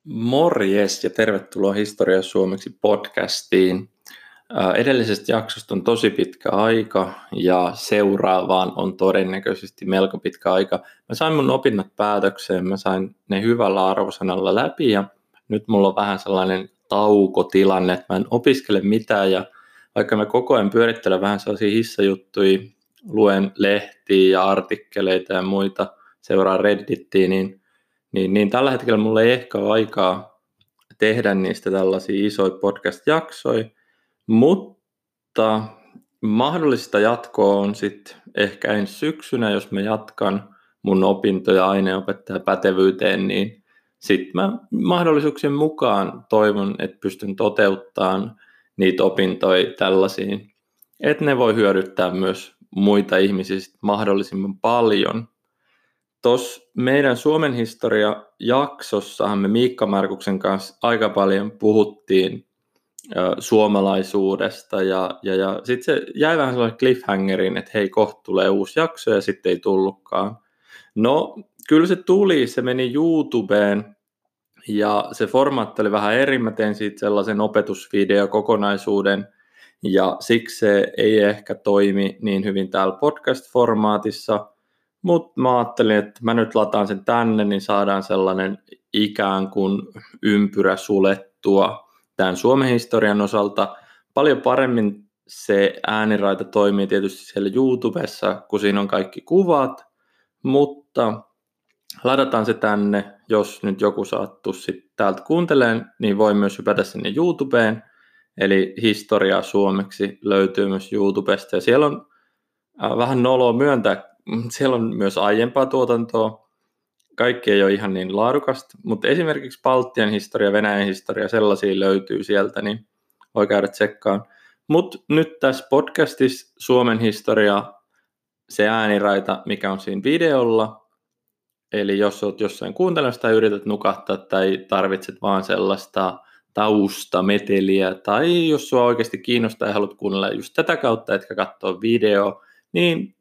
Morjes ja tervetuloa Historia suomeksi podcastiin. Edellisestä jaksosta on tosi pitkä aika ja seuraavaan on todennäköisesti melko pitkä aika. Mä sain mun opinnot päätökseen, mä sain ne hyvällä arvosanalla läpi ja nyt mulla on vähän sellainen taukotilanne, että mä en opiskele mitään ja vaikka mä koko ajan pyörittelen vähän sellaisia hissajuttuja, luen lehtiä ja artikkeleita ja muita, seuraan Reddittiä, niin tällä hetkellä mulla ei ehkä ole aikaa tehdä niistä tällaisia isoja podcast-jaksoja, mutta mahdollista jatkoa on sitten ehkä ensi syksynä, jos mä jatkan mun opintoja aineenopettajapätevyyteen, niin sitten mä mahdollisuuksien mukaan toivon, että pystyn toteuttamaan niitä opintoja tällaisiin, että ne voi hyödyttää myös muita ihmisiä mahdollisimman paljon. Tuossa meidän Suomen historia-jaksossahan me Miikka Markuksen kanssa aika paljon puhuttiin suomalaisuudesta ja sitten se jäi vähän sellainen cliffhangerin, että hei, kohta tulee uusi jakso ja sitten ei tullutkaan. No, kyllä se tuli, se meni YouTubeen ja se formaatti oli vähän eri, mä tein siitä sellaisen opetusvideokokonaisuuden ja siksi se ei ehkä toimi niin hyvin täällä podcast-formaatissa, mutta mä ajattelin, että mä nyt lataan sen tänne, niin saadaan sellainen ikään kuin ympyrä sulettua tämän Suomen historian osalta. Paljon paremmin se ääniraita toimii tietysti siellä YouTubessa, kun siinä on kaikki kuvat, mutta ladataan se tänne, jos nyt joku sattuu sitten täältä kuuntelemaan, niin voi myös hypätä sinne YouTubeen, eli Historiaa suomeksi löytyy myös YouTubesta, ja siellä on vähän noloa myöntää, siellä on myös aiempaa tuotantoa, kaikki ei ole ihan niin laadukasta, mutta esimerkiksi Baltian historia, Venäjän historia, sellaisia löytyy sieltä, niin voi käydä tsekkaan. Mutta nyt tässä podcastissa Suomen historia, se ääniraita, mikä on siinä videolla, eli jos olet jossain kuuntelemassa tai yrität nukahtaa tai tarvitset vaan sellaista taustameteliä, tai jos sinua oikeasti kiinnostaa ja haluat kuunnella just tätä kautta, etkä katsoa videoa, niin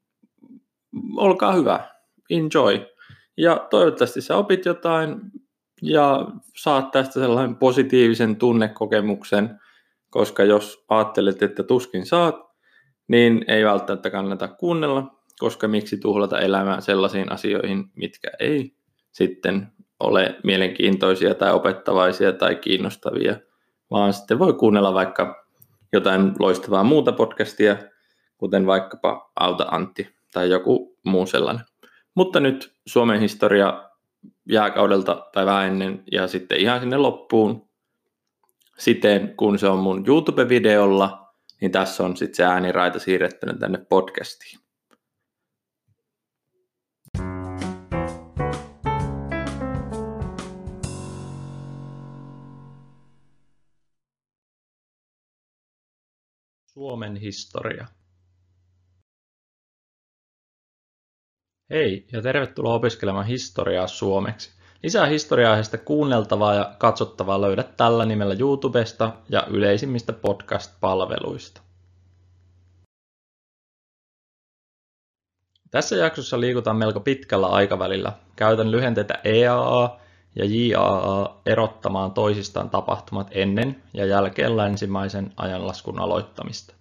olkaa hyvä, enjoy. Ja toivottavasti sä opit jotain ja saat tästä sellainen positiivisen tunnekokemuksen, koska jos ajattelet, että tuskin saat, niin ei välttämättä kannata kuunnella, koska miksi tuhlata elämää sellaisiin asioihin, mitkä ei sitten ole mielenkiintoisia tai opettavaisia tai kiinnostavia, vaan sitten voi kuunnella vaikka jotain loistavaa muuta podcastia, kuten vaikkapa Auta Antti tai joku muu sellainen. Mutta nyt Suomen historia jääkaudelta tai vähän ennen ja sitten ihan sinne loppuun siten, kun se on mun YouTube-videolla, niin tässä on sitten se ääniraita siirrettynä tänne podcastiin. Suomen historia. Hei ja tervetuloa opiskelemaan historiaa suomeksi. Lisää historia-aiheesta kuunneltavaa ja katsottavaa löydät tällä nimellä YouTubesta ja yleisimmistä podcast-palveluista. Tässä jaksossa liikutaan melko pitkällä aikavälillä. Käytän lyhenteitä EAA ja JAA erottamaan toisistaan tapahtumat ennen ja jälkeen länsimaisen ajanlaskun aloittamista.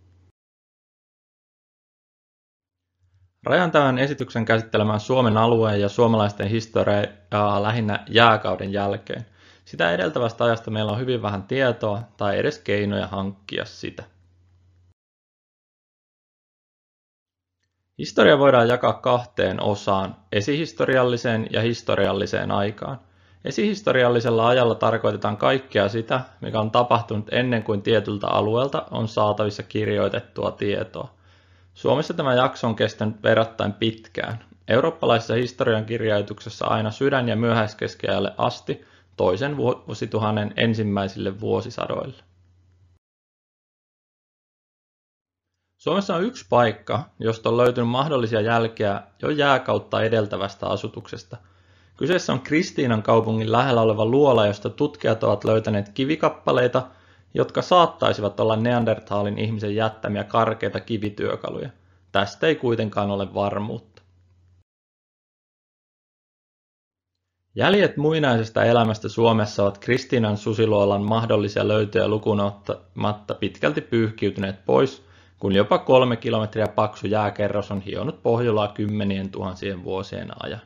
Rajan tämän esityksen käsittelemään Suomen alueen ja suomalaisten historiaa lähinnä jääkauden jälkeen. Sitä edeltävästä ajasta meillä on hyvin vähän tietoa tai edes keinoja hankkia sitä. Historia voidaan jakaa kahteen osaan, esihistorialliseen ja historialliseen aikaan. Esihistoriallisella ajalla tarkoitetaan kaikkea sitä, mikä on tapahtunut ennen kuin tietyltä alueelta on saatavissa kirjoitettua tietoa. Suomessa tämä jakso on kestänyt verrattain pitkään. Eurooppalaisessa historiankirjoituksessa aina sydän- ja myöhäiskeskiajalle asti toisen vuosituhannen ensimmäisille vuosisadoille. Suomessa on yksi paikka, josta on löytynyt mahdollisia jälkeä jo jääkautta edeltävästä asutuksesta. Kyseessä on Kristiinan kaupungin lähellä oleva luola, josta tutkijat ovat löytäneet kivikappaleita, jotka saattaisivat olla Neandertalin ihmisen jättämiä karkeita kivityökaluja. Tästä ei kuitenkaan ole varmuutta. Jäljet muinaisesta elämästä Suomessa ovat Kristiinan Susiluolan mahdollisia löytöjä lukuun ottamatta pitkälti pyyhkiytyneet pois, kun jopa 3 kilometriä paksu jääkerros on hionut Pohjolaa kymmenien tuhansien vuosien ajan.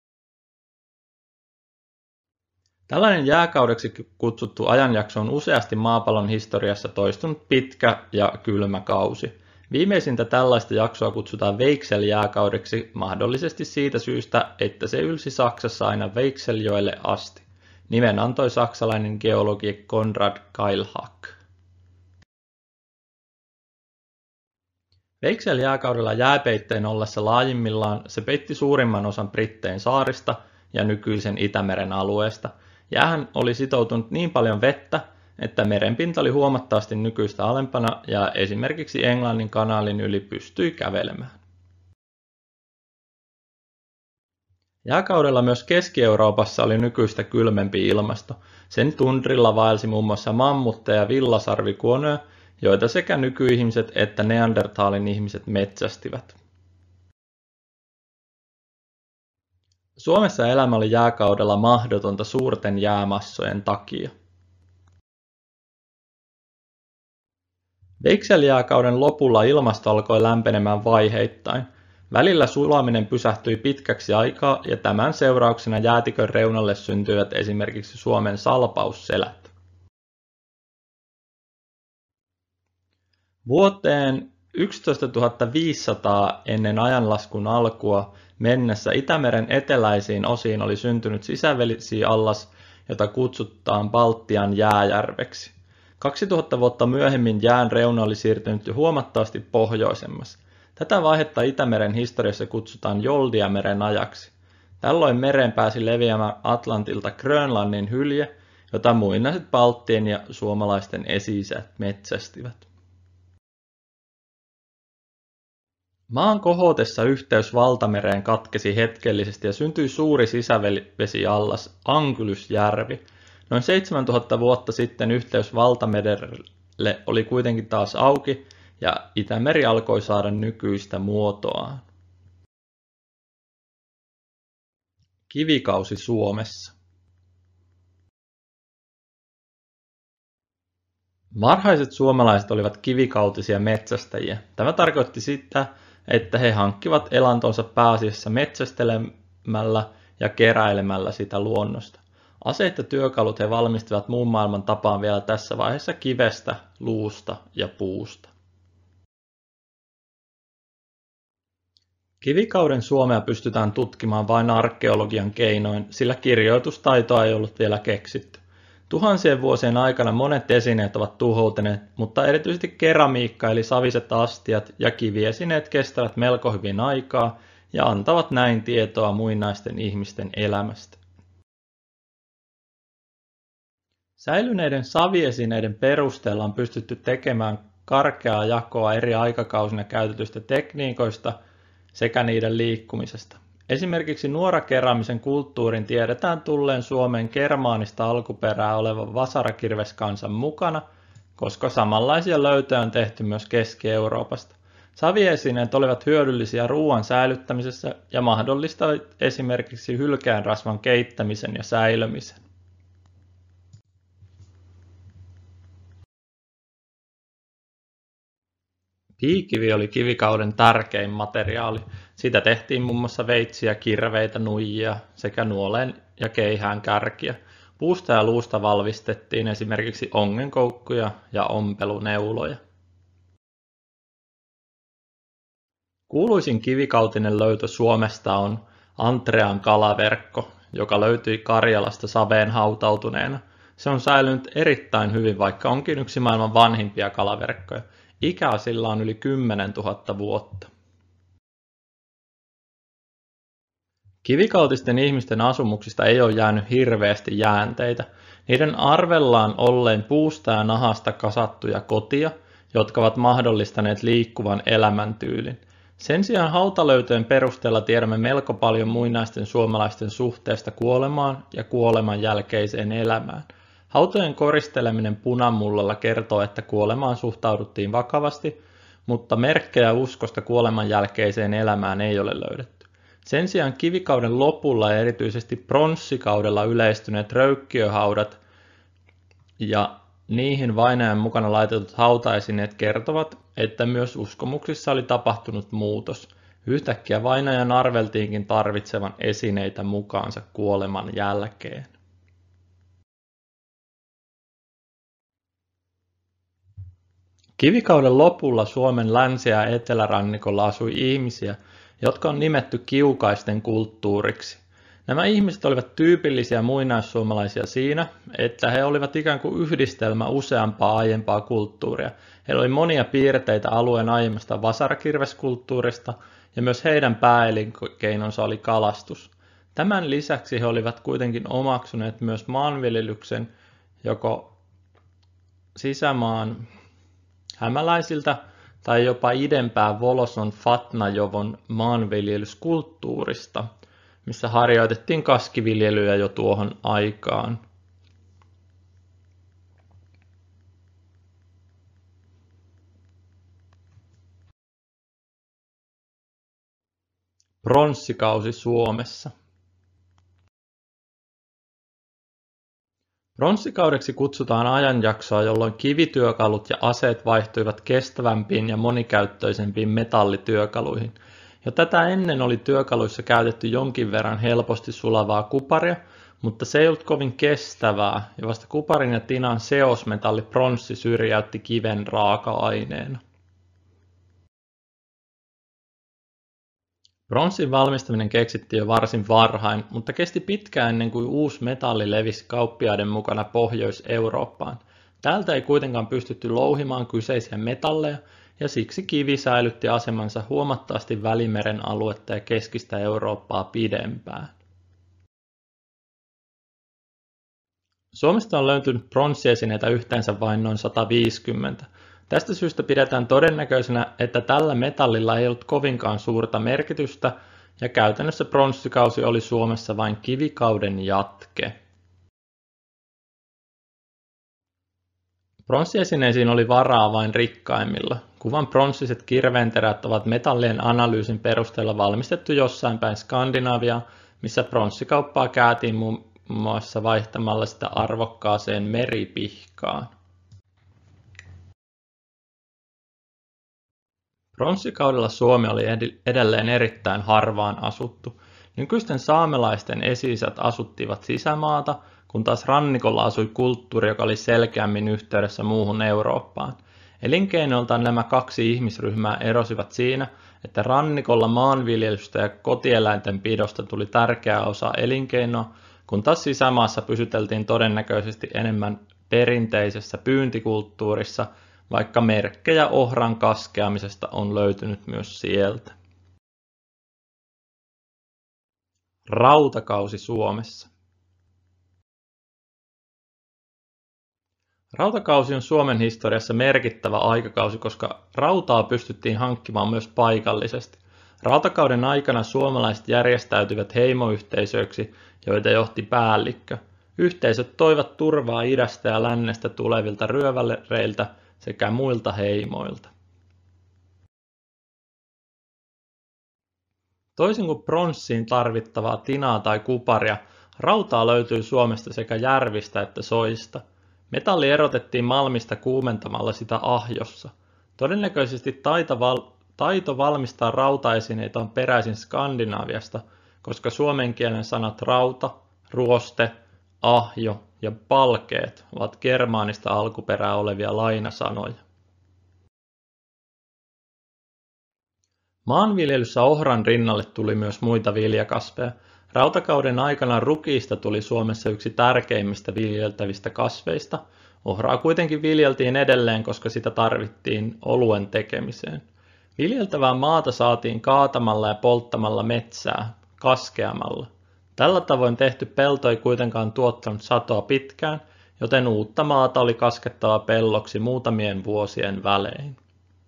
Tällainen jääkaudeksi kutsuttu ajanjakso on useasti maapallon historiassa toistunut pitkä ja kylmä kausi. Viimeisintä tällaista jaksoa kutsutaan Weichsel-jääkaudeksi mahdollisesti siitä syystä, että se ylsi Saksassa aina Weichseljoelle asti. Nimen antoi saksalainen geologi Konrad Keilhack. Weichsel-jääkaudella jääpeitteen ollessa laajimmillaan se peitti suurimman osan Brittein saarista ja nykyisen Itämeren alueesta. Jäähän oli sitoutunut niin paljon vettä, että merenpinta oli huomattavasti nykyistä alempana ja esimerkiksi Englannin kanaalin yli pystyi kävelemään. Jääkaudella myös Keski-Euroopassa oli nykyistä kylmempi ilmasto. Sen tundrilla vaelsi muun muassa mammutteja ja villasarvikuonoja, joita sekä nykyihmiset että Neandertalin ihmiset metsästivät. Suomessa elämä oli jääkaudella mahdotonta suurten jäämassojen takia. Weichsel-jääkauden lopulla ilmasto alkoi lämpenemään vaiheittain. Välillä sulaminen pysähtyi pitkäksi aikaa ja tämän seurauksena jäätikön reunalle syntyivät esimerkiksi Suomen salpausselät. Vuoteen 11 500 ennen ajanlaskun alkua mennessä Itämeren eteläisiin osiin oli syntynyt sisävesiallas, jota kutsutaan Baltian jääjärveksi. 2000 vuotta myöhemmin jään reuna oli siirtynyt jo huomattavasti pohjoisemmas. Tätä vaihetta Itämeren historiassa kutsutaan Joldiameren ajaksi. Tällöin mereen pääsi leviämään Atlantilta Grönlannin hylje, jota muinaiset balttien ja suomalaisten esi-isät metsästivät. Maan kohotessa yhteys valtamereen katkesi hetkellisesti ja syntyi suuri sisävesiallas, Ankylysjärvi. Noin 7000 vuotta sitten yhteys valtamerelle oli kuitenkin taas auki ja Itämeri alkoi saada nykyistä muotoaan. Kivikausi Suomessa. Varhaiset suomalaiset olivat kivikautisia metsästäjiä. Tämä tarkoitti sitä, että he hankkivat elantonsa pääasiassa metsästelemällä ja keräilemällä sitä luonnosta. Aseet ja työkalut he valmistivat muun maailman tapaan vielä tässä vaiheessa kivestä, luusta ja puusta. Kivikauden Suomea pystytään tutkimaan vain arkeologian keinoin, sillä kirjoitustaitoa ei ollut vielä keksitty. Tuhansien vuosien aikana monet esineet ovat tuhoutuneet, mutta erityisesti keramiikka eli saviset astiat ja kiviesineet kestävät melko hyvin aikaa ja antavat näin tietoa muinaisten ihmisten elämästä. Säilyneiden saviesineiden perusteella on pystytty tekemään karkeaa jakoa eri aikakausina käytetyistä tekniikoista sekä niiden liikkumisesta. Esimerkiksi nuorakeraamisen kulttuurin tiedetään tulleen Suomen germaanista alkuperää olevan vasarakirveskansan mukana, koska samanlaisia löytöjä on tehty myös Keski-Euroopasta. Saviesineet olivat hyödyllisiä ruoan säilyttämisessä ja mahdollistavat esimerkiksi hylkeenrasvan keittämisen ja säilömisen. Piikivi oli kivikauden tärkein materiaali. Siitä tehtiin muun muassa veitsiä, kirveitä, nuijia sekä nuoleen ja keihään kärkiä. Puusta ja luusta valmistettiin esimerkiksi ongenkoukkuja ja ompeluneuloja. Kuuluisin kivikautinen löytö Suomesta on Antrean kalaverkko, joka löytyi Karjalasta saveen hautautuneena. Se on säilynyt erittäin hyvin, vaikka onkin yksi maailman vanhimpia kalaverkkoja. Ikää sillä on yli 10 000 vuotta. Kivikautisten ihmisten asumuksista ei ole jäänyt hirveästi jäänteitä. Niiden arvellaan olleen puusta ja nahasta kasattuja kotia, jotka ovat mahdollistaneet liikkuvan elämäntyylin. Sen sijaan hautalöytöjen perusteella tiedämme melko paljon muinaisten suomalaisten suhteesta kuolemaan ja kuoleman jälkeiseen elämään. Hautojen koristeleminen punanmullalla kertoo, että kuolemaan suhtauduttiin vakavasti, mutta merkkejä uskosta kuoleman jälkeiseen elämään ei ole löydetty. Sen sijaan kivikauden lopulla ja erityisesti pronssikaudella yleistyneet röykkiöhaudat ja niihin vainajan mukana laitetut hautaesineet kertovat, että myös uskomuksissa oli tapahtunut muutos. Yhtäkkiä vainajan arveltiinkin tarvitsevan esineitä mukaansa kuoleman jälkeen. Kivikauden lopulla Suomen länsi- ja etelärannikolla asui ihmisiä, jotka on nimetty kiukaisten kulttuuriksi. Nämä ihmiset olivat tyypillisiä muinaissuomalaisia siinä, että he olivat ikään kuin yhdistelmä useampaa aiempaa kulttuuria. Heillä oli monia piirteitä alueen aiemmasta vasarakirveskulttuurista, ja myös heidän pääelinkeinonsa oli kalastus. Tämän lisäksi he olivat kuitenkin omaksuneet myös maanviljelyksen joko sisämaan hämäläisiltä tai jopa idempää Voloson Fatnajovon maanviljelyskulttuurista, missä harjoitettiin kaskiviljelyä jo tuohon aikaan. Pronssikausi Suomessa. Pronssikaudeksi kutsutaan ajanjaksoa, jolloin kivityökalut ja aseet vaihtuivat kestävämpiin ja monikäyttöisempiin metallityökaluihin. Jo tätä ennen oli työkaluissa käytetty jonkin verran helposti sulavaa kuparia, mutta se ei ollut kovin kestävää, ja vasta kuparin ja tinan seosmetalli pronssi syrjäytti kiven raaka-aineena. Pronssin valmistaminen keksittiin jo varsin varhain, mutta kesti pitkään ennen kuin uusi metalli levisi kauppiaiden mukana Pohjois-Eurooppaan. Täältä ei kuitenkaan pystytty louhimaan kyseisiä metalleja, ja siksi kivi säilytti asemansa huomattavasti Välimeren aluetta ja keskistä Eurooppaa pidempään. Suomesta on löytynyt pronssiesineitä yhteensä vain noin 150. Tästä syystä pidetään todennäköisenä, että tällä metallilla ei ollut kovinkaan suurta merkitystä, ja käytännössä pronssikausi oli Suomessa vain kivikauden jatke. Pronssiesineisiin oli varaa vain rikkaimmilla. Kuvan pronssiset kirveenterät ovat metallien analyysin perusteella valmistettu jossain päin Skandinaviaa, missä pronssikauppaa käytiin muun muassa vaihtamalla sitä arvokkaaseen meripihkaan. Pronssikaudella Suomi oli edelleen erittäin harvaan asuttu. Nykyisten saamelaisten esi-isät asuttivat sisämaata, kun taas rannikolla asui kulttuuri, joka oli selkeämmin yhteydessä muuhun Eurooppaan. Elinkeinoltaan nämä kaksi ihmisryhmää erosivat siinä, että rannikolla maanviljelystä ja kotieläinten pidosta tuli tärkeä osa elinkeinoa, kun taas sisämaassa pysyteltiin todennäköisesti enemmän perinteisessä pyyntikulttuurissa, vaikka merkkejä ohran kaskeamisesta on löytynyt myös sieltä. Rautakausi Suomessa. Rautakausi on Suomen historiassa merkittävä aikakausi, koska rautaa pystyttiin hankkimaan myös paikallisesti. Rautakauden aikana suomalaiset järjestäytyivät heimoyhteisöiksi, joita johti päällikkö. Yhteisöt toivat turvaa idästä ja lännestä tulevilta ryöväreiltä sekä muilta heimoilta. Toisin kuin pronssiin tarvittavaa tinaa tai kuparia, rautaa löytyy Suomesta sekä järvistä että soista. Metalli erotettiin malmista kuumentamalla sitä ahjossa. Todennäköisesti taito valmistaa rautaesineitä on peräisin Skandinaviasta, koska suomen kielen sanat rauta, ruoste, ahjo ja palkeet ovat germaanista alkuperää olevia lainasanoja. Maanviljelyssä ohran rinnalle tuli myös muita viljakasveja. Rautakauden aikana rukiista tuli Suomessa yksi tärkeimmistä viljeltävistä kasveista. Ohraa kuitenkin viljeltiin edelleen, koska sitä tarvittiin oluen tekemiseen. Viljeltävää maata saatiin kaatamalla ja polttamalla metsää, kaskeamalla. Tällä tavoin tehty pelto ei kuitenkaan tuottanut satoa pitkään, joten uutta maata oli kaskettava pelloksi muutamien vuosien välein.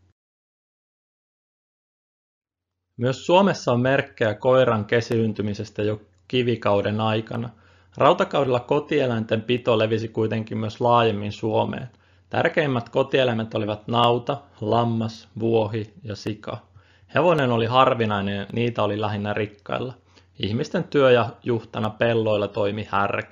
Myös Suomessa on merkkejä koiran kesyyntymisestä jo kivikauden aikana. Rautakaudella kotieläinten pito levisi kuitenkin myös laajemmin Suomeen. Tärkeimmät kotieläimet olivat nauta, lammas, vuohi ja sika. Hevonen oli harvinainen ja niitä oli lähinnä rikkailla. Ihmisten työjuhtana pelloilla toimi härkä.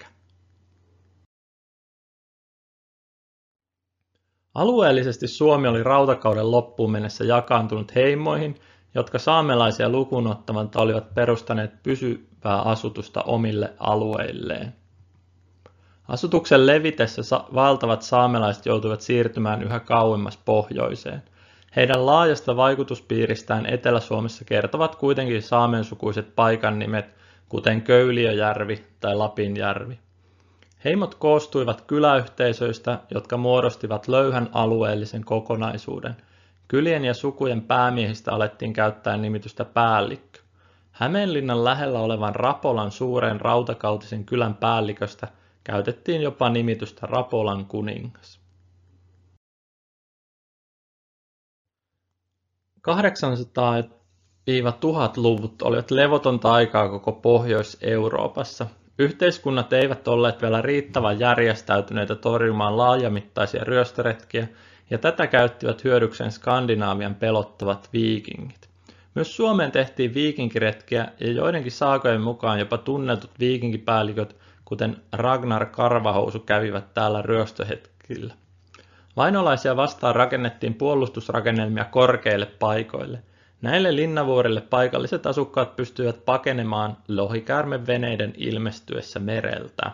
Alueellisesti Suomi oli rautakauden loppuun mennessä jakaantunut heimoihin, jotka saamelaisia lukuun ottamatta olivat perustaneet pysyvää asutusta omille alueilleen. Asutuksen levitessä valtavat saamelaiset joutuivat siirtymään yhä kauemmas pohjoiseen. Heidän laajasta vaikutuspiiristään Etelä-Suomessa kertovat kuitenkin saamensukuiset paikannimet, kuten Köyliöjärvi tai Lapinjärvi. Heimot koostuivat kyläyhteisöistä, jotka muodostivat löyhän alueellisen kokonaisuuden. Kylien ja sukujen päämiehistä alettiin käyttää nimitystä päällikkö. Hämeenlinnan lähellä olevan Rapolan suuren rautakautisen kylän päälliköstä käytettiin jopa nimitystä Rapolan kuningas. 800-1000-luvut olivat levotonta aikaa koko Pohjois-Euroopassa. Yhteiskunnat eivät olleet vielä riittävän järjestäytyneitä torjumaan laajamittaisia ryöstöretkiä, ja tätä käyttivät hyödykseen Skandinaavian pelottavat viikingit. Myös Suomeen tehtiin viikinkiretkiä, ja joidenkin saakojen mukaan jopa tunnetut viikinkipäälliköt, kuten Ragnar Karvahousu, kävivät täällä ryöstöhetkillä. Vainolaisia vastaan rakennettiin puolustusrakennelmia korkeille paikoille. Näille linnavuorille paikalliset asukkaat pystyivät pakenemaan lohikäärmeveneiden ilmestyessä mereltä.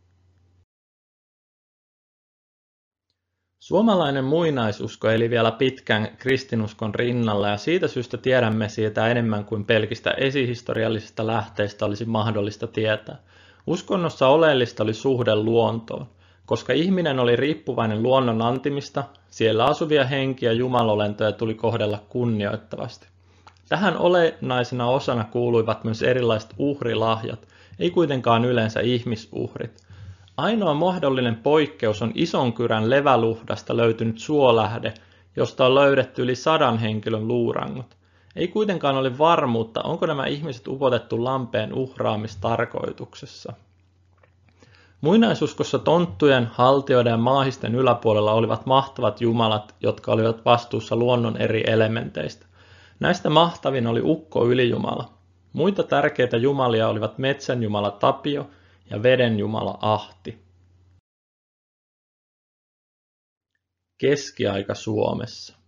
Suomalainen muinaisusko eli vielä pitkään kristinuskon rinnalla, ja siitä syystä tiedämme siitä enemmän kuin pelkistä esihistoriallisista lähteistä olisi mahdollista tietää. Uskonnossa oleellista oli suhde luontoon. Koska ihminen oli riippuvainen luonnon antimista, siellä asuvia henkiä jumalolentoja tuli kohdella kunnioittavasti. Tähän olennaisena osana kuuluivat myös erilaiset uhrilahjat, ei kuitenkaan yleensä ihmisuhrit. Ainoa mahdollinen poikkeus on Isonkyrän leväluhdasta löytynyt suolähde, josta on löydetty yli 100 henkilön luurangot. Ei kuitenkaan ole varmuutta, onko nämä ihmiset upotettu lampeen uhraamistarkoituksessa. Muinaisuskossa tonttujen, haltioiden ja maahisten yläpuolella olivat mahtavat jumalat, jotka olivat vastuussa luonnon eri elementeistä. Näistä mahtavin oli Ukko Ylijumala. Muita tärkeitä jumalia olivat metsän jumala Tapio ja veden jumala Ahti. Keskiaika Suomessa.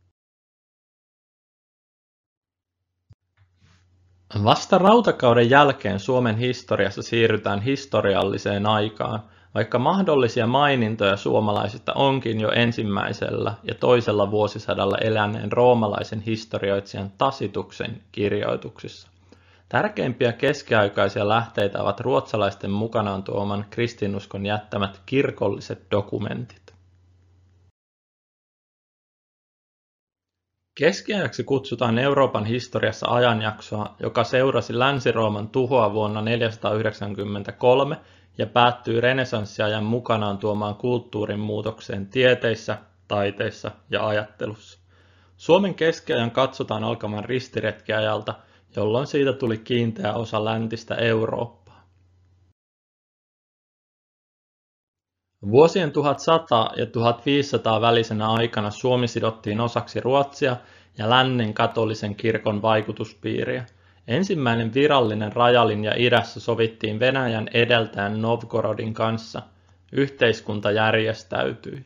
Vasta rautakauden jälkeen Suomen historiassa siirrytään historialliseen aikaan, vaikka mahdollisia mainintoja suomalaisista onkin jo ensimmäisellä ja toisella vuosisadalla eläneen roomalaisen historioitsijan Tacituksen kirjoituksissa. Tärkeimpiä keskiaikaisia lähteitä ovat ruotsalaisten mukanaan tuoman kristinuskon jättämät kirkolliset dokumentit. Keskiajaksi kutsutaan Euroopan historiassa ajanjaksoa, joka seurasi Länsi-Rooman tuhoa vuonna 493 ja päättyi renessanssiajan mukanaan tuomaan kulttuurin muutokseen tieteissä, taiteissa ja ajattelussa. Suomen keskiajan katsotaan alkavan ristiretkiajalta, jolloin siitä tuli kiinteä osa läntistä Eurooppaa. Vuosien 1100 ja 1500 välisenä aikana Suomi sidottiin osaksi Ruotsia ja lännen katolisen kirkon vaikutuspiiriä. Ensimmäinen virallinen rajalinja idässä sovittiin Venäjän edeltäjän Novgorodin kanssa. Yhteiskunta järjestäytyi.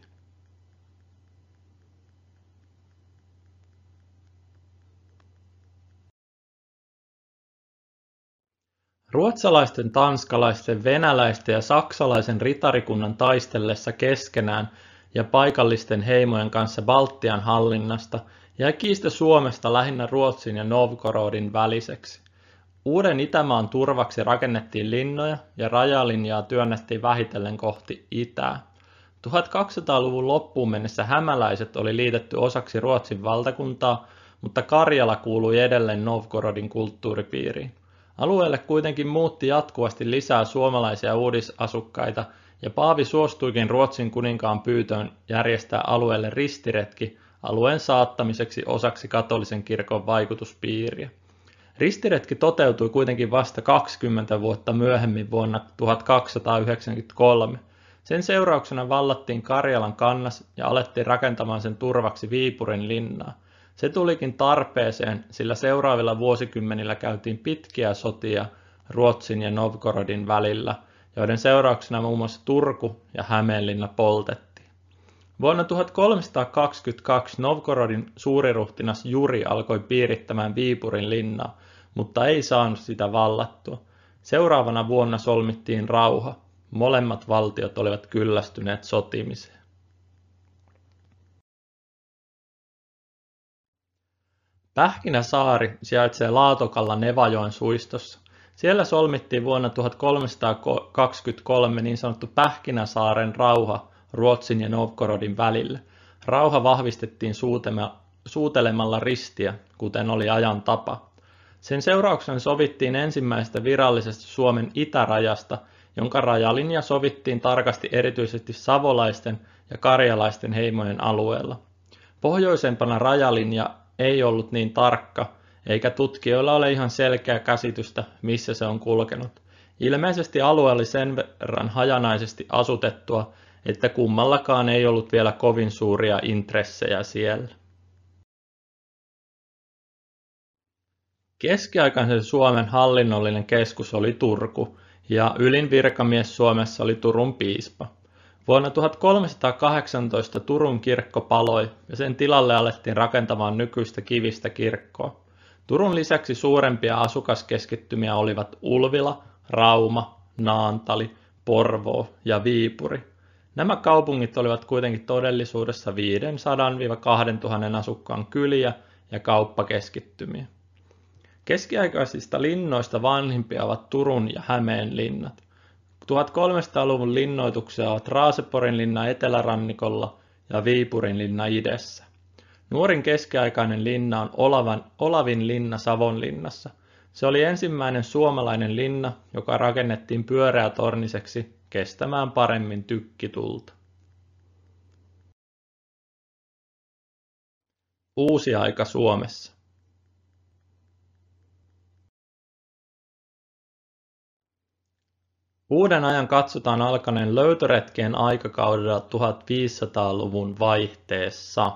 Ruotsalaisten, tanskalaisten, venäläisten ja saksalaisen ritarikunnan taistellessa keskenään ja paikallisten heimojen kanssa Baltian hallinnasta jäi kiista Suomesta lähinnä Ruotsin ja Novgorodin väliseksi. Uuden Itämaan turvaksi rakennettiin linnoja ja rajalinjaa työnnettiin vähitellen kohti itää. 1200-luvun loppuun mennessä hämäläiset oli liitetty osaksi Ruotsin valtakuntaa, mutta Karjala kuului edelleen Novgorodin kulttuuripiiriin. Alueelle kuitenkin muutti jatkuvasti lisää suomalaisia uudisasukkaita, ja paavi suostuikin Ruotsin kuninkaan pyytöön järjestää alueelle ristiretki alueen saattamiseksi osaksi katolisen kirkon vaikutuspiiriä. Ristiretki toteutui kuitenkin vasta 20 vuotta myöhemmin vuonna 1293. Sen seurauksena vallattiin Karjalan kannas ja alettiin rakentamaan sen turvaksi Viipurin linnaa. Se tulikin tarpeeseen, sillä seuraavilla vuosikymmenillä käytiin pitkiä sotia Ruotsin ja Novgorodin välillä, joiden seurauksena muun muassa Turku ja Hämeenlinna poltettiin. Vuonna 1322 Novgorodin suuriruhtinas Juri alkoi piirittämään Viipurin linnaa, mutta ei saanut sitä vallattua. Seuraavana vuonna solmittiin rauha. Molemmat valtiot olivat kyllästyneet sotimiseen. Pähkinäsaari sijaitsee Laatokalla Nevajoen suistossa. Siellä solmittiin vuonna 1323 niin sanottu Pähkinäsaaren rauha Ruotsin ja Novgorodin välille. Rauha vahvistettiin suutelemalla ristiä, kuten oli ajan tapa. Sen seurauksena sovittiin ensimmäisestä virallisesta Suomen itärajasta, jonka rajalinja sovittiin tarkasti erityisesti savolaisten ja karjalaisten heimojen alueella. Pohjoisempana rajalinja ei ollut niin tarkka, eikä tutkijoilla ole ihan selkeää käsitystä, missä se on kulkenut. Ilmeisesti alue oli sen verran hajanaisesti asutettua, että kummallakaan ei ollut vielä kovin suuria intressejä siellä. Keskiaikaisen Suomen hallinnollinen keskus oli Turku, ja ylin virkamies Suomessa oli Turun piispa. Vuonna 1318 Turun kirkko paloi, ja sen tilalle alettiin rakentamaan nykyistä kivistä kirkkoa. Turun lisäksi suurempia asukaskeskittymiä olivat Ulvila, Rauma, Naantali, Porvoo ja Viipuri. Nämä kaupungit olivat kuitenkin todellisuudessa 500–2 000 asukkaan kyliä ja kauppakeskittymiä. Keskiaikaisista linnoista vanhimpia ovat Turun ja Hämeen linnat. 1300-luvun linnoituksia ovat Raaseporin linna etelärannikolla ja Viipurin linna idässä. Nuorin keskiaikainen linna on Olavin linna Savonlinnassa. Se oli ensimmäinen suomalainen linna, joka rakennettiin pyöreätorniseksi kestämään paremmin tykkitulta. Uusi aika Suomessa. Uuden ajan katsotaan alkaneen löytöretkien aikakaudella 1500-luvun vaihteessa.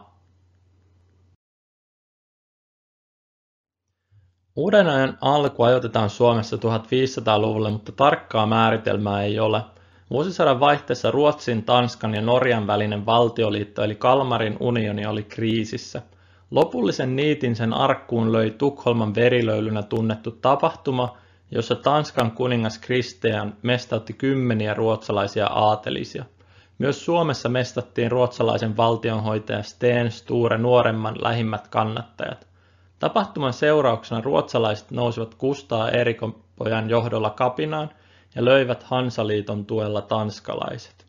Uuden ajan alku ajoitetaan Suomessa 1500-luvulle, mutta tarkkaa määritelmää ei ole. Vuosisadan vaihteessa Ruotsin, Tanskan ja Norjan välinen valtioliitto eli Kalmarin unioni oli kriisissä. Lopullisen niitin sen arkkuun löi Tukholman verilöylynä tunnettu tapahtuma, jossa Tanskan kuningas Kristian mestautti kymmeniä ruotsalaisia aatelisia. Myös Suomessa mestattiin ruotsalaisen valtionhoitaja Sten Sture nuoremman lähimmät kannattajat. Tapahtuman seurauksena ruotsalaiset nousivat Kustaa Erikon pojan johdolla kapinaan ja löivät Hansaliiton tuella tanskalaiset.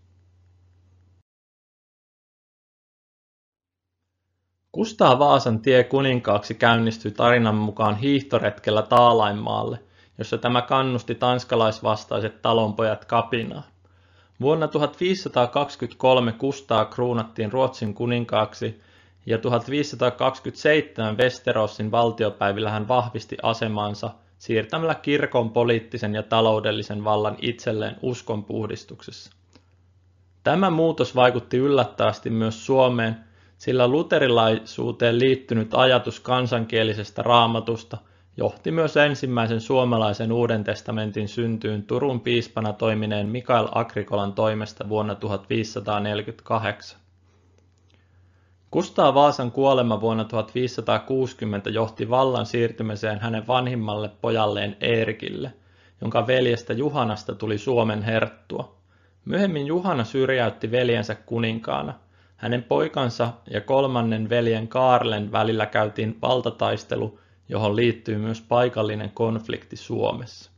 Kustaa Vaasan tie kuninkaaksi käynnistyi tarinan mukaan hiihtoretkellä Taalainmaalle, jossa tämä kannusti tanskalaisvastaiset talonpojat kapinaan. Vuonna 1523 Kustaa kruunattiin Ruotsin kuninkaaksi ja 1527 Westerossin valtiopäivillä hän vahvisti asemansa siirtämällä kirkon poliittisen ja taloudellisen vallan itselleen uskonpuhdistuksessa. Tämä muutos vaikutti yllättävästi myös Suomeen, sillä luterilaisuuteen liittynyt ajatus kansankielisestä raamatusta johti myös ensimmäisen suomalaisen Uuden testamentin syntyyn Turun piispana toimineen Mikael Agrikolan toimesta vuonna 1548. Kustaa Vaasan kuolema vuonna 1560 johti vallan siirtymiseen hänen vanhimmalle pojalleen Eerikille, jonka veljestä Juhanasta tuli Suomen herttua. Myöhemmin Juhana syrjäytti veljensä kuninkaana. Hänen poikansa ja kolmannen veljen Kaarlen välillä käytiin valtataistelu, johon liittyy myös paikallinen konflikti Suomessa.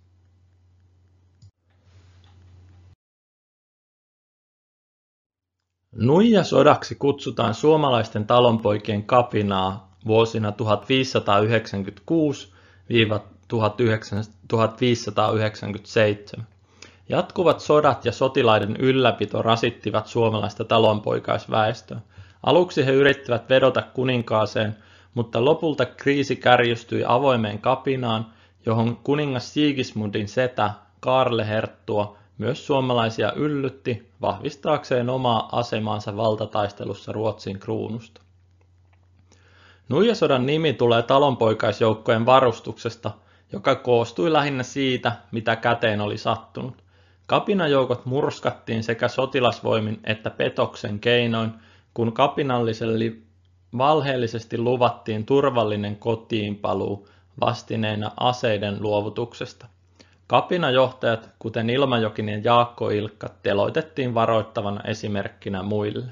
Nuijasodaksi kutsutaan suomalaisten talonpoikien kapinaa vuosina 1596–1597. Jatkuvat sodat ja sotilaiden ylläpito rasittivat suomalaista talonpoikaisväestöä. Aluksi he yrittivät vedota kuninkaaseen, mutta lopulta kriisi kärjistyi avoimeen kapinaan, johon kuningas Sigismundin setä Kaarle Herttua myös suomalaisia yllytti vahvistaakseen omaa asemaansa valtataistelussa Ruotsin kruunusta. Nuijasodan nimi tulee talonpoikaisjoukkojen varustuksesta, joka koostui lähinnä siitä, mitä käteen oli sattunut. Kapinajoukot murskattiin sekä sotilasvoimin että petoksen keinoin, kun kapinalliselle valheellisesti luvattiin turvallinen kotiinpaluu vastineena aseiden luovutuksesta. Kapinajohtajat, kuten Ilmajokinen ja Jaakko Ilkka, teloitettiin varoittavana esimerkkinä muille.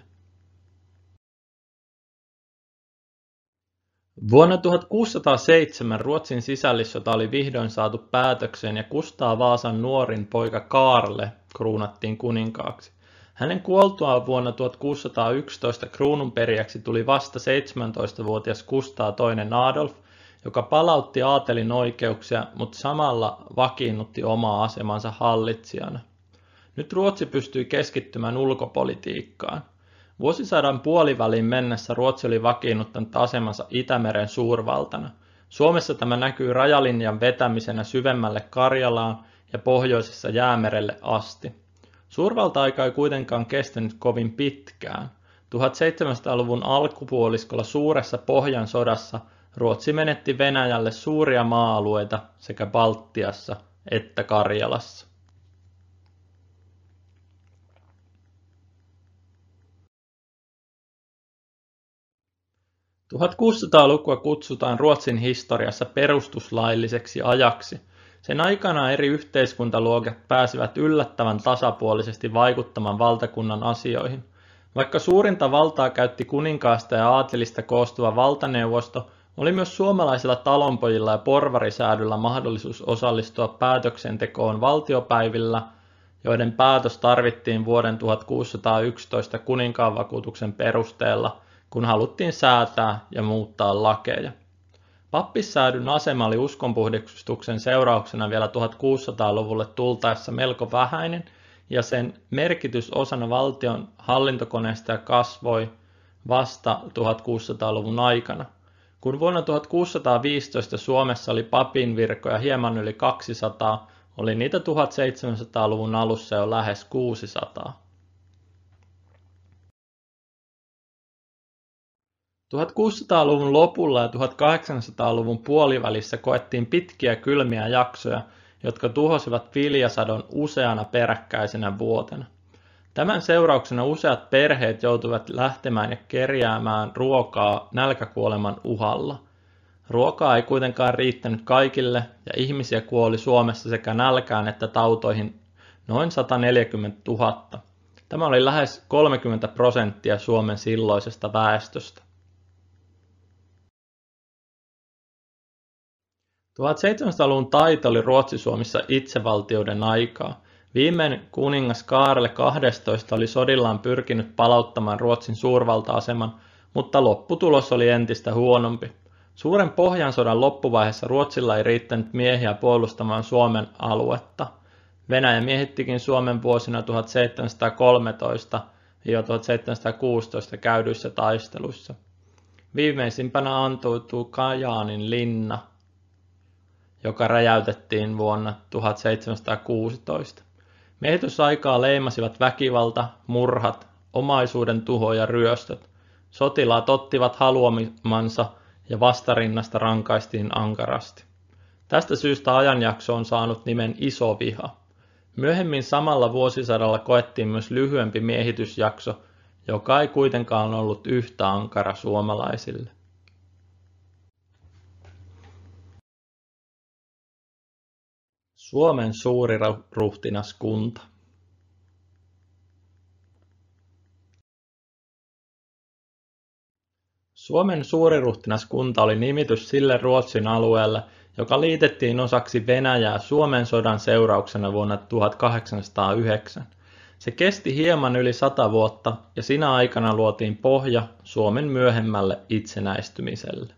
Vuonna 1607 Ruotsin sisällissota oli vihdoin saatu päätökseen ja Kustaa Vaasan nuorin poika Kaarle kruunattiin kuninkaaksi. Hänen kuoltuaan vuonna 1611 kruununperijäksi tuli vasta 17-vuotias Kustaa II Adolf, joka palautti aatelin oikeuksia, mutta samalla vakiinnutti omaa asemansa hallitsijana. Nyt Ruotsi pystyi keskittymään ulkopolitiikkaan. Vuosisadan puoliväliin mennessä Ruotsi oli vakiinnuttanut asemansa Itämeren suurvaltana. Suomessa tämä näkyy rajalinjan vetämisenä syvemmälle Karjalaan ja pohjoisessa Jäämerelle asti. Suurvalta-aika ei kuitenkaan kestänyt kovin pitkään. 1700-luvun alkupuoliskolla suuressa Pohjansodassa Ruotsi menetti Venäjälle suuria maa-alueita sekä Baltiassa että Karjalassa. 1600-lukua kutsutaan Ruotsin historiassa perustuslailliseksi ajaksi. Sen aikana eri yhteiskuntaluokat pääsivät yllättävän tasapuolisesti vaikuttamaan valtakunnan asioihin. Vaikka suurinta valtaa käytti kuninkaasta ja aatelista koostuva valtaneuvosto, oli myös suomalaisilla talonpojilla ja porvarisäädyllä mahdollisuus osallistua päätöksentekoon valtiopäivillä, joiden päätös tarvittiin vuoden 1611 kuninkaanvakuutuksen perusteella, kun haluttiin säätää ja muuttaa lakeja. Pappissäädyn asema oli uskonpuhdistuksen seurauksena vielä 1600-luvulle tultaessa melko vähäinen, ja sen merkitys osana valtion hallintokoneesta kasvoi vasta 1600-luvun aikana. Kun vuonna 1615 Suomessa oli papin virkoja hieman yli 200, oli niitä 1700-luvun alussa jo lähes 600. 1600-luvun lopulla ja 1800-luvun puolivälissä koettiin pitkiä kylmiä jaksoja, jotka tuhosivat viljasadon useana peräkkäisenä vuotena. Tämän seurauksena useat perheet joutuivat lähtemään ja kerjäämään ruokaa nälkäkuoleman uhalla. Ruokaa ei kuitenkaan riittänyt kaikille ja ihmisiä kuoli Suomessa sekä nälkään että tautoihin noin 140 000. Tämä oli lähes 30% Suomen silloisesta väestöstä. 1700-luvun taito oli Ruotsi-Suomessa itsevaltioiden aikaa. Viimeinen kuningas Kaarle XII oli sodillaan pyrkinyt palauttamaan Ruotsin suurvalta-aseman, mutta lopputulos oli entistä huonompi. Suuren Pohjansodan loppuvaiheessa Ruotsilla ei riittänyt miehiä puolustamaan Suomen aluetta. Venäjä miehittikin Suomen vuosina 1713–1716 käydyissä taisteluissa. Viimeisimpänä antautuu Kajaanin linna, joka räjäytettiin vuonna 1716. Miehitysaikaa leimasivat väkivalta, murhat, omaisuuden tuho ja ryöstöt. Sotilaat ottivat haluamansa ja vastarinnasta rankaistiin ankarasti. Tästä syystä ajanjakso on saanut nimen Iso viha. Myöhemmin samalla vuosisadalla koettiin myös lyhyempi miehitysjakso, joka ei kuitenkaan ollut yhtä ankara suomalaisille. Suomen suuriruhtinaskunta. Suomen suuriruhtinaskunta oli nimitys sille Ruotsin alueelle, joka liitettiin osaksi Venäjää Suomen sodan seurauksena vuonna 1809. Se kesti hieman yli 100 vuotta ja sinä aikana luotiin pohja Suomen myöhemmälle itsenäistymiselle.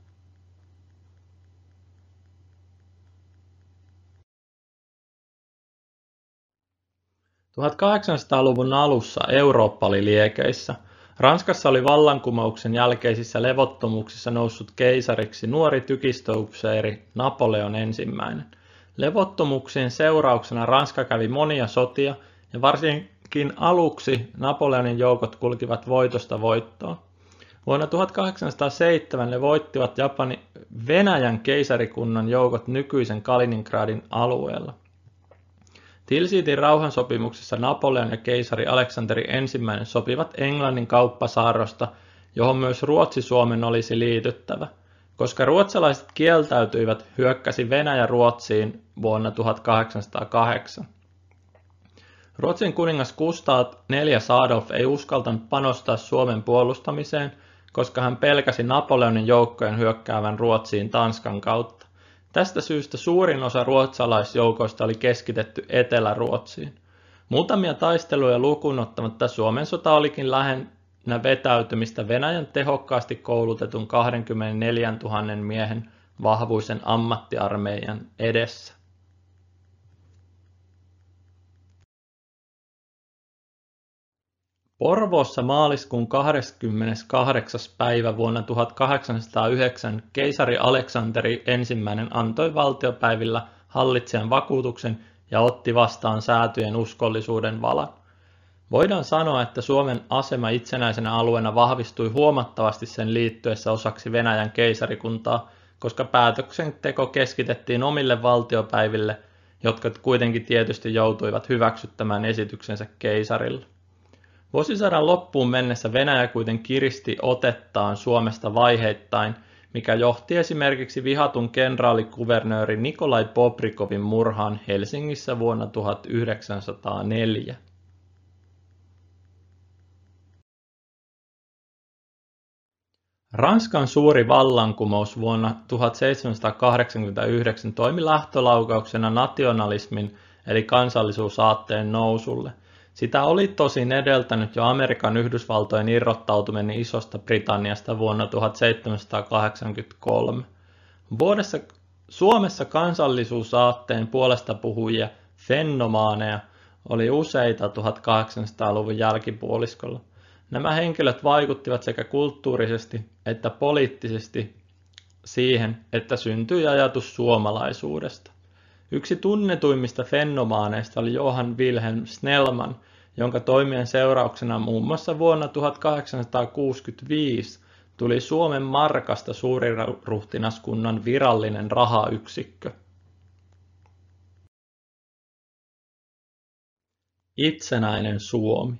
1800-luvun alussa Eurooppa oli liekeissä. Ranskassa oli vallankumouksen jälkeisissä levottomuuksissa noussut keisariksi nuori tykistöupseeri Napoleon I. Levottomuuksien seurauksena Ranska kävi monia sotia ja varsinkin aluksi Napoleonin joukot kulkivat voitosta voittoon. Vuonna 1807 ne voittivat Venäjän keisarikunnan joukot nykyisen Kaliningradin alueella. Tilsiitin rauhansopimuksessa Napoleon ja keisari Aleksanteri I sopivat Englannin kauppasaarrosta, johon myös Ruotsi-Suomen olisi liityttävä. Koska ruotsalaiset kieltäytyivät, hyökkäsi Venäjä Ruotsiin vuonna 1808. Ruotsin kuningas Gustav IV Adolf ei uskaltanut panostaa Suomen puolustamiseen, koska hän pelkäsi Napoleonin joukkojen hyökkäävän Ruotsiin Tanskan kautta. Tästä syystä suurin osa ruotsalaisjoukoista oli keskitetty Etelä-Ruotsiin. Muutamia taisteluja lukuun ottamatta Suomen sota olikin lähinnä vetäytymistä Venäjän tehokkaasti koulutetun 24 000 miehen vahvuisen ammattiarmeijan edessä. Porvoossa maaliskuun 28. päivä vuonna 1809 keisari Aleksanteri I antoi valtiopäivillä hallitsijan vakuutuksen ja otti vastaan säätyjen uskollisuuden valan. Voidaan sanoa, että Suomen asema itsenäisenä alueena vahvistui huomattavasti sen liittyessä osaksi Venäjän keisarikuntaa, koska päätöksenteko keskitettiin omille valtiopäiville, jotka kuitenkin tietysti joutuivat hyväksyttämään esityksensä keisarille. Vuosisadan loppuun mennessä Venäjä kuitenkin kiristi otettaan Suomesta vaiheittain, mikä johti esimerkiksi vihatun kenraalikuvernööri Nikolai Bobrikovin murhaan Helsingissä vuonna 1904. Ranskan suuri vallankumous vuonna 1789 toimi lähtölaukauksena nationalismin eli kansallisuusaatteen nousulle. Sitä oli tosin edeltänyt jo Amerikan Yhdysvaltojen irrottautuminen Isosta Britanniasta vuonna 1783. Suomessa kansallisuusaatteen puolesta puhujia fennomaaneja oli useita 1800-luvun jälkipuoliskolla. Nämä henkilöt vaikuttivat sekä kulttuurisesti että poliittisesti siihen, että syntyi ajatus suomalaisuudesta. Yksi tunnetuimmista fennomaaneista oli Johann Wilhelm Snellman, jonka toimien seurauksena muun muassa vuonna 1865 tuli Suomen markasta suuriruhtinaskunnan virallinen rahayksikkö. Itsenäinen Suomi.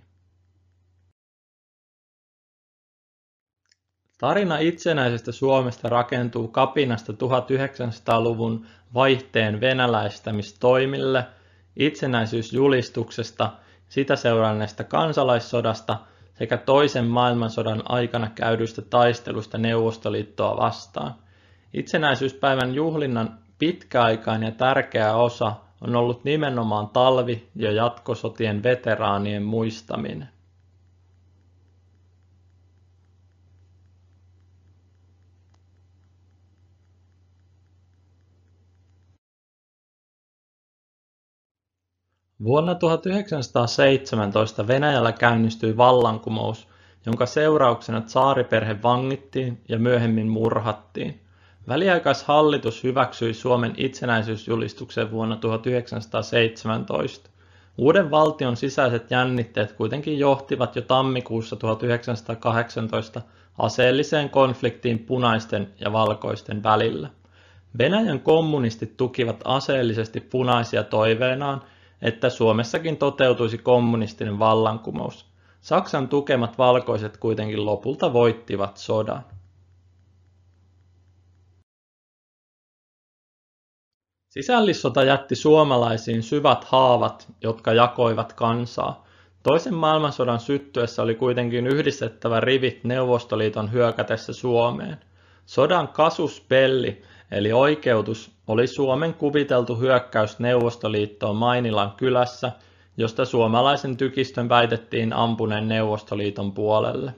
Tarina itsenäisestä Suomesta rakentuu kapinasta 1900-luvun vaihteen venäläistämistoimille, itsenäisyysjulistuksesta, sitä seuranneesta kansalaissodasta sekä toisen maailmansodan aikana käydystä taistelusta Neuvostoliittoa vastaan. Itsenäisyyspäivän juhlinnan pitkäaikainen ja tärkeä osa on ollut nimenomaan talvi- ja jatkosotien veteraanien muistaminen. Vuonna 1917 Venäjällä käynnistyi vallankumous, jonka seurauksena tsaariperhe vangittiin ja myöhemmin murhattiin. Väliaikaishallitus hyväksyi Suomen itsenäisyysjulistuksen vuonna 1917. Uuden valtion sisäiset jännitteet kuitenkin johtivat jo tammikuussa 1918 aseelliseen konfliktiin punaisten ja valkoisten välillä. Venäjän kommunistit tukivat aseellisesti punaisia toiveenaan, että Suomessakin toteutuisi kommunistinen vallankumous. Saksan tukemat valkoiset kuitenkin lopulta voittivat sodan. Sisällissota jätti suomalaisiin syvät haavat, jotka jakoivat kansaa. Toisen maailmansodan syttyessä oli kuitenkin yhdistettävä rivit Neuvostoliiton hyökätessä Suomeen. Sodan casus belli, eli oikeutus, oli Suomen kuviteltu hyökkäys Neuvostoliittoon Mainilan kylässä, josta suomalaisen tykistön väitettiin ampuneen Neuvostoliiton puolelle.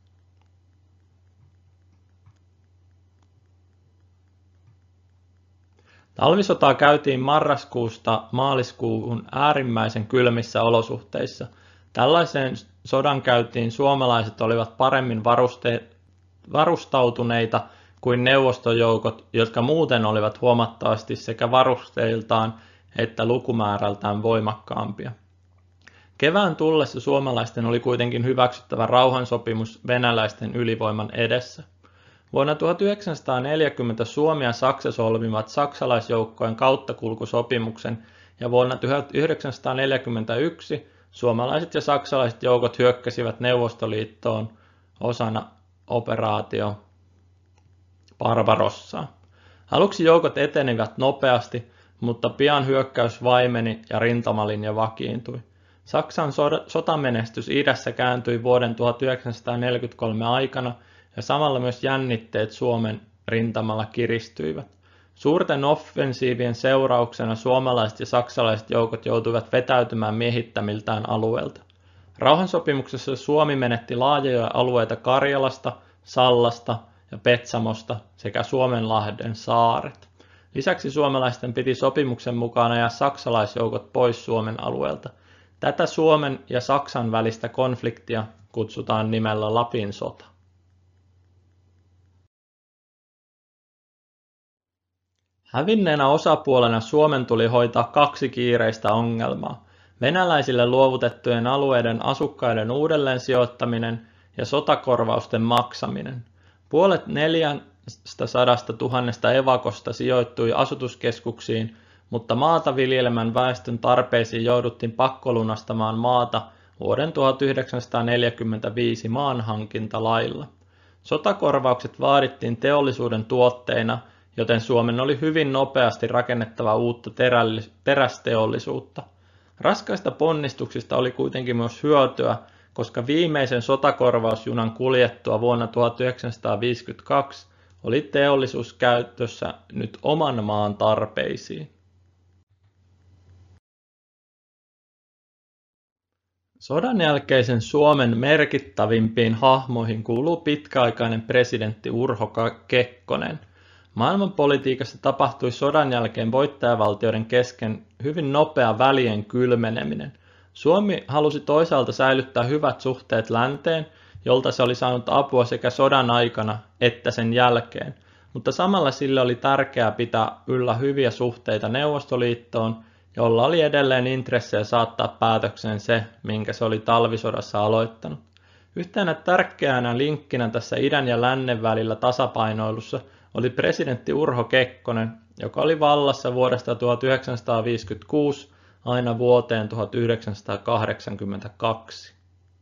Talvisotaa käytiin marraskuusta maaliskuuhun äärimmäisen kylmissä olosuhteissa. Tällaiseen sodankäyntiin suomalaiset olivat paremmin varustautuneita kuin neuvostojoukot, jotka muuten olivat huomattavasti sekä varusteiltaan että lukumäärältään voimakkaampia. Kevään tullessa suomalaisten oli kuitenkin hyväksyttävä rauhansopimus venäläisten ylivoiman edessä. Vuonna 1940 Suomi ja Saksa solmivat saksalaisjoukkojen kauttakulkusopimuksen ja vuonna 1941 suomalaiset ja saksalaiset joukot hyökkäsivät Neuvostoliittoon osana operaatio Barbarossaa. Aluksi joukot etenivät nopeasti, mutta pian hyökkäys vaimeni ja rintamalinja vakiintui. Saksan sotamenestys idässä kääntyi vuoden 1943 aikana ja samalla myös jännitteet Suomen rintamalla kiristyivät. Suurten offensiivien seurauksena suomalaiset ja saksalaiset joukot joutuivat vetäytymään miehittämiltään alueelta. Rauhansopimuksessa Suomi menetti laajoja alueita Karjalasta, Sallasta ja Petsamosta sekä Suomenlahden saaret. Lisäksi suomalaisten piti sopimuksen mukaan ajaa saksalaisjoukot pois Suomen alueelta. Tätä Suomen ja Saksan välistä konfliktia kutsutaan nimellä Lapin sota. Hävinneenä osapuolena Suomen tuli hoitaa 2 kiireistä ongelmaa: venäläisille luovutettujen alueiden asukkaiden uudelleen sijoittaminen ja sotakorvausten maksaminen. Puolet 400 000 evakosta sijoittui asutuskeskuksiin, mutta maata viljelemän väestön tarpeisiin jouduttiin pakkolunastamaan maata vuoden 1945 maanhankintalailla. Sotakorvaukset vaadittiin teollisuuden tuotteina, joten Suomen oli hyvin nopeasti rakennettava uutta terästeollisuutta. Raskaista ponnistuksista oli kuitenkin myös hyötyä, koska viimeisen sotakorvausjunan kuljettua vuonna 1952 oli teollisuus käytössä nyt oman maan tarpeisiin. Sodan jälkeisen Suomen merkittävimpiin hahmoihin kuuluu pitkäaikainen presidentti Urho Kekkonen. Maailmanpolitiikassa tapahtui sodan jälkeen voittajavaltioiden kesken hyvin nopea välien kylmeneminen. Suomi halusi toisaalta säilyttää hyvät suhteet länteen, jolta se oli saanut apua sekä sodan aikana että sen jälkeen, mutta samalla sille oli tärkeää pitää yllä hyviä suhteita Neuvostoliittoon, jolla oli edelleen intressejä saattaa päätökseen se, minkä se oli talvisodassa aloittanut. Yhtenä tärkeänä linkkinä tässä idän ja lännen välillä tasapainoilussa oli presidentti Urho Kekkonen, joka oli vallassa vuodesta 1956 aina vuoteen 1982.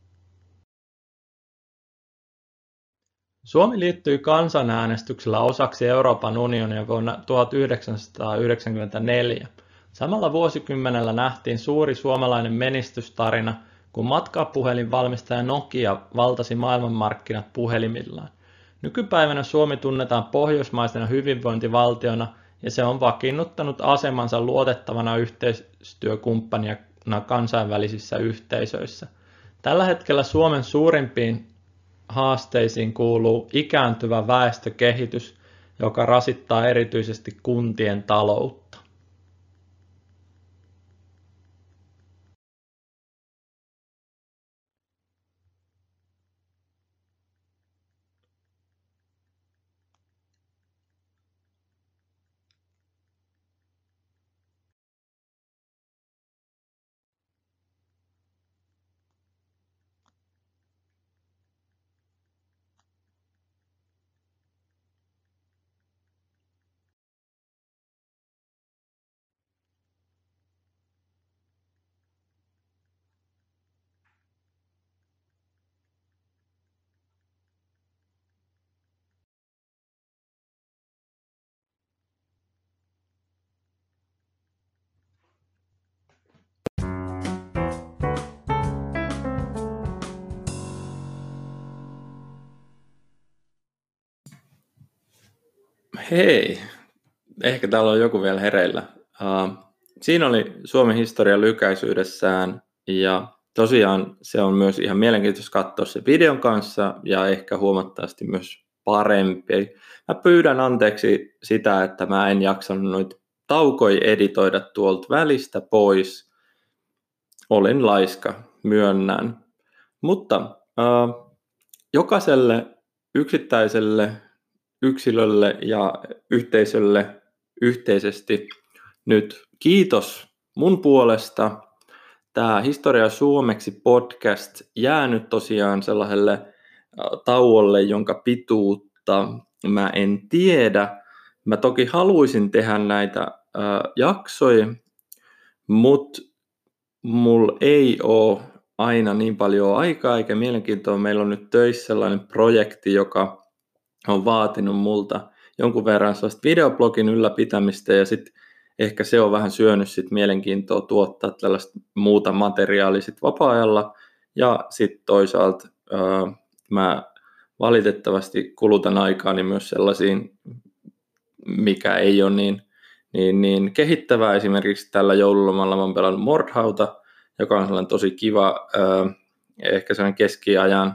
Suomi liittyi kansanäänestyksellä osaksi Euroopan unionia vuonna 1994. Samalla vuosikymmenellä nähtiin suuri suomalainen menestystarina, kun matkapuhelinvalmistaja Nokia valtasi maailmanmarkkinat puhelimillaan. Nykypäivänä Suomi tunnetaan pohjoismaisena hyvinvointivaltiona ja se on vakiinnuttanut asemansa luotettavana yhteistyökumppanina kansainvälisissä yhteisöissä. Tällä hetkellä Suomen suurimpiin haasteisiin kuuluu ikääntyvä väestökehitys, joka rasittaa erityisesti kuntien taloutta. Hei, ehkä täällä on joku vielä hereillä. Siinä oli Suomen historia lykäisyydessään ja tosiaan se on myös ihan mielenkiintoista katsoa se videon kanssa ja ehkä huomattavasti myös parempi. Mä pyydän anteeksi sitä, että mä en jaksanut noita taukoja editoida tuolta välistä pois. Olen laiska, myönnän. Mutta jokaiselle yksittäiselle yksilölle ja yhteisölle yhteisesti nyt kiitos mun puolesta tämä Historia suomeksi podcast jäänyt tosiaan sellaiselle tauolle, jonka pituutta mä en tiedä. Mä toki haluaisin tehdä näitä jaksoja, mutta mulla ei ole aina niin paljon aikaa eikä mielenkiintoa. Meillä on nyt töissä sellainen projekti, joka on vaatinut multa jonkun verran sellaista videoblogin ylläpitämistä ja sitten ehkä se on vähän syönyt sit mielenkiintoa tuottaa tällaista muuta materiaalia sit vapaa-ajalla ja sitten toisaalta mä valitettavasti kulutan aikaani myös sellaisiin, mikä ei ole niin kehittävää. Esimerkiksi tällä joululomalla mä oon pelannut Mordhauta, joka on sellainen tosi kiva, ehkä sellainen keskiajan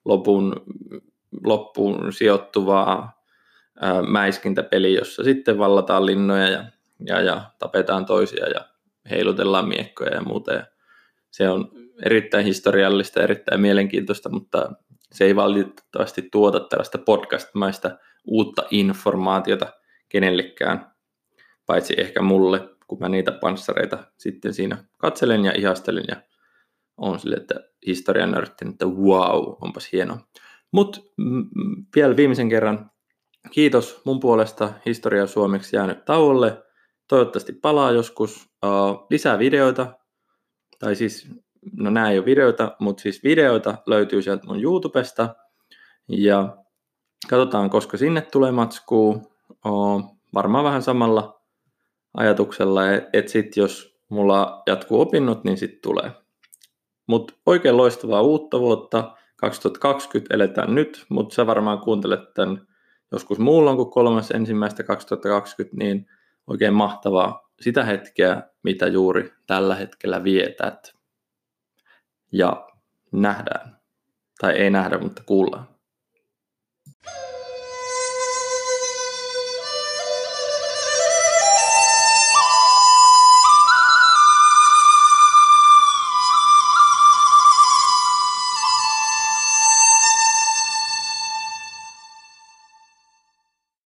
loppuun sijoittuvaa mäiskintäpeli, jossa sitten vallataan linnoja ja tapetaan toisia ja heilutellaan miekkoja ja muuta. Ja se on erittäin historiallista ja erittäin mielenkiintoista, mutta se ei valitettavasti tuota tällaista podcast-maista uutta informaatiota kenellekään, paitsi ehkä mulle, kun mä niitä panssareita sitten siinä katselen ja ihastelen ja on silleen, että historian nörttin, että wow, onpas hienoa. Mutta vielä viimeisen kerran kiitos mun puolesta Historia suomeksi jäänyt tauolle. Toivottavasti palaa joskus lisää videoita, tai siis, no nämä ei ole videoita, mutta siis videoita löytyy sieltä mun YouTubesta, ja katsotaan, koska sinne tulee matskuu, varmaan vähän samalla ajatuksella, että sitten jos mulla jatkuu opinnot, niin sitten tulee. Mutta oikein loistavaa uutta vuotta, 2020 eletään nyt, mutta sä varmaan kuuntelet tämän joskus muulla kuin 3.1.2020, niin oikein mahtavaa sitä hetkeä, mitä juuri tällä hetkellä vietät. Ja nähdään. Tai ei nähdä, mutta kuullaan.